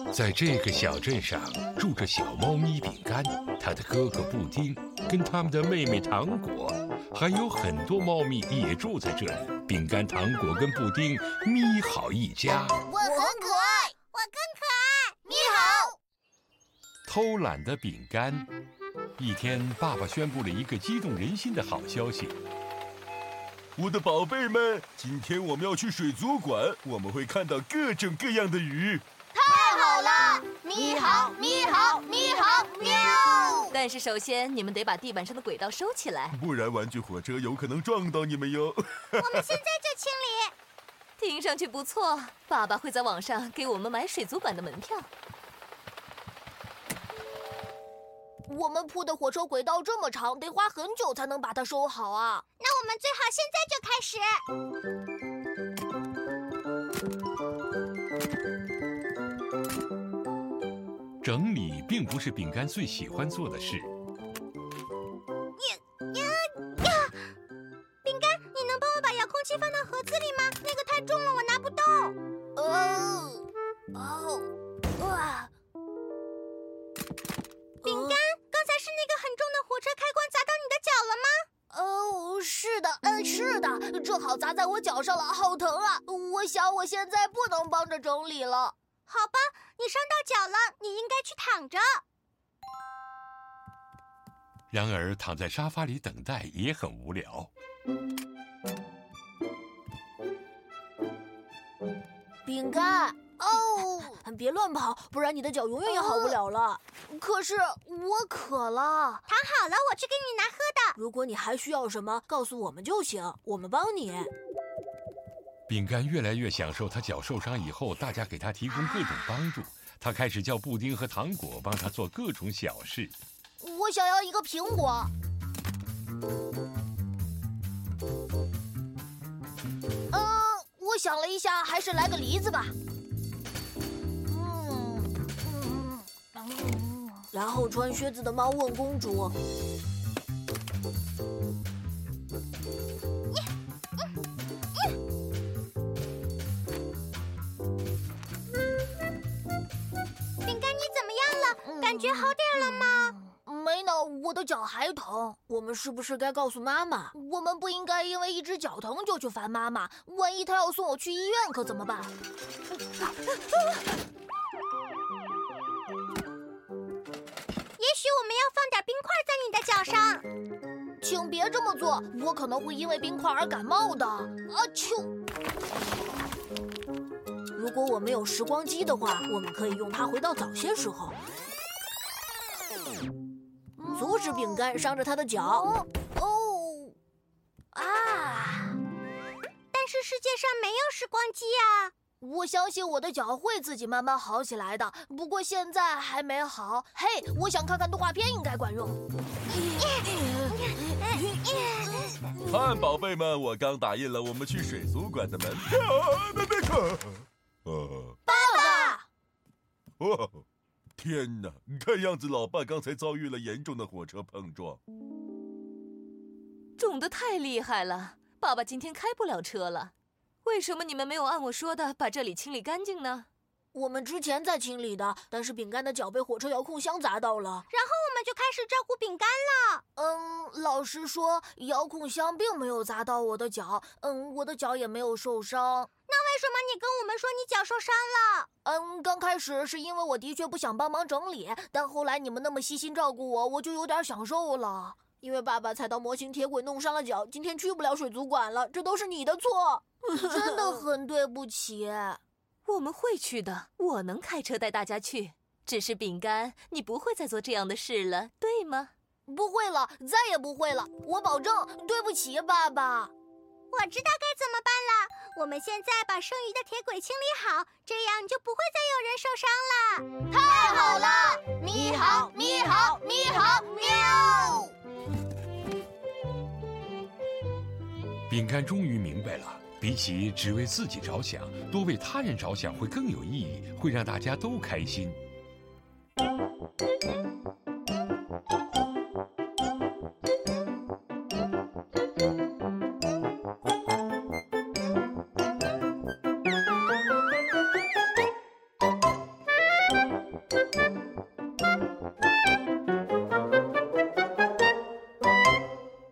在这个小镇上住着小猫咪饼干，它的哥哥布丁，跟他们的妹妹糖果，还有很多猫咪也住在这里。饼干、糖果跟布丁咪好一家。 我很可爱，我更可爱，咪好。 偷懒的饼干。一天，爸爸宣布了一个激动人心的好消息。 我的宝贝们，今天我们要去水族馆，我们会看到各种各样的鱼。 太好了！咪好，咪好，咪好，喵！ 但是首先，你们得把地板上的轨道收起来， 不然玩具火车有可能撞到你们哟。 我们现在就清理。 听上去不错，爸爸会在网上给我们买水族馆的门票。 我们铺的火车轨道这么长，得花很久才能把它收好啊。那我们最好现在就开始。 整理并不是饼干最喜欢做的事。 饼干，你能帮我把遥控器放到盒子里吗？那个太重了，我拿不动。饼干，刚才是那个很重的火车开关砸到你的脚了吗？是的，是的，正好砸在我脚上了，好疼啊！我想我现在不能帮着整理了。好吧，你伤到脚了，你应该去躺着。 然而，躺在沙发里等待也很无聊。 饼干，别乱跑，不然你的脚永远也好不了了。可是我渴了。躺好了，我去给你拿喝的。如果你还需要什么，告诉我们就行，我们帮你。 饼干越来越享受他脚受伤以后大家给他提供各种帮助。他开始叫布丁和糖果帮他做各种小事。 我想要一个苹果。我想了一下，还是来个梨子吧。然后穿靴子的猫问公主：“饼干，你怎么样了？感觉好点了吗？”没呢，我的脚还疼。我们是不是该告诉妈妈？我们不应该因为一只脚疼就去烦妈妈，万一她要送我去医院可怎么办？也许我们要放点冰块在你的脚上。请别这么做，我可能会因为冰块而感冒的。啊啾！如果我们有时光机的话，我们可以用它回到早些时候。阻止饼干伤着他的脚。但是世界上没有时光机啊！我相信我的脚会自己慢慢好起来的，不过现在还没好。嘿，我想看看动画片，应该管用。 看，宝贝们，我刚打印了我们去水族馆的门票。 爸爸！ 天哪！看样子老爸刚才遭遇了严重的火车碰撞， 肿得太厉害了，爸爸今天开不了车了。为什么你们没有按我说的把这里清理干净呢？ 我们之前在清理的，但是饼干的脚被火车遥控箱砸到了，然后我们就开始照顾饼干了。老实说，遥控箱并没有砸到我的脚，我的脚也没有受伤。那为什么你跟我们说你脚受伤了？刚开始是因为我的确不想帮忙整理，但后来你们那么细心照顾我，我就有点享受了。因为爸爸踩到模型铁轨弄伤了脚，今天去不了水族馆了，这都是你的错。真的很对不起。 我们会去的，我能开车带大家去。只是饼干，你不会再做这样的事了，对吗？ 不会了，再也不会了，我保证。对不起，爸爸。我知道该怎么办了。我们现在把剩余的铁轨清理好，这样就不会再有人受伤了。太好了！咪好，咪好，咪好，喵！ 饼干终于明白了，比起只为自己着想，多为他人着想会更有意义，会让大家都开心。